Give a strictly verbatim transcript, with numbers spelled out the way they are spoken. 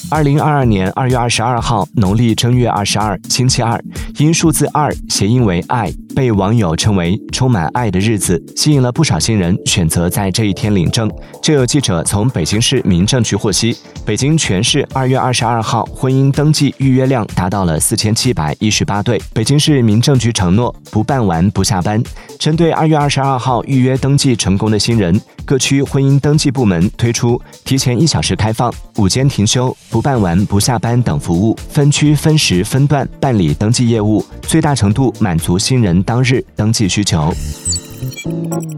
二零二二年二月二十二号，农历正月二十二，星期二，因数字二谐音为爱，被网友称为充满爱的日子，吸引了不少新人选择在这一天领证。就有记者从北京市民政局获悉，北京全市二月二十二号婚姻登记预约量达到了四千七百一十八对。北京市民政局承诺不办完不下班，针对二月二十二号预约登记成功的新人，各区婚姻登记部门推出提前一小时开放、午间停休、不办完不下班等服务，分区分时分段办理登记业务，最大程度满足新人当日登记需求。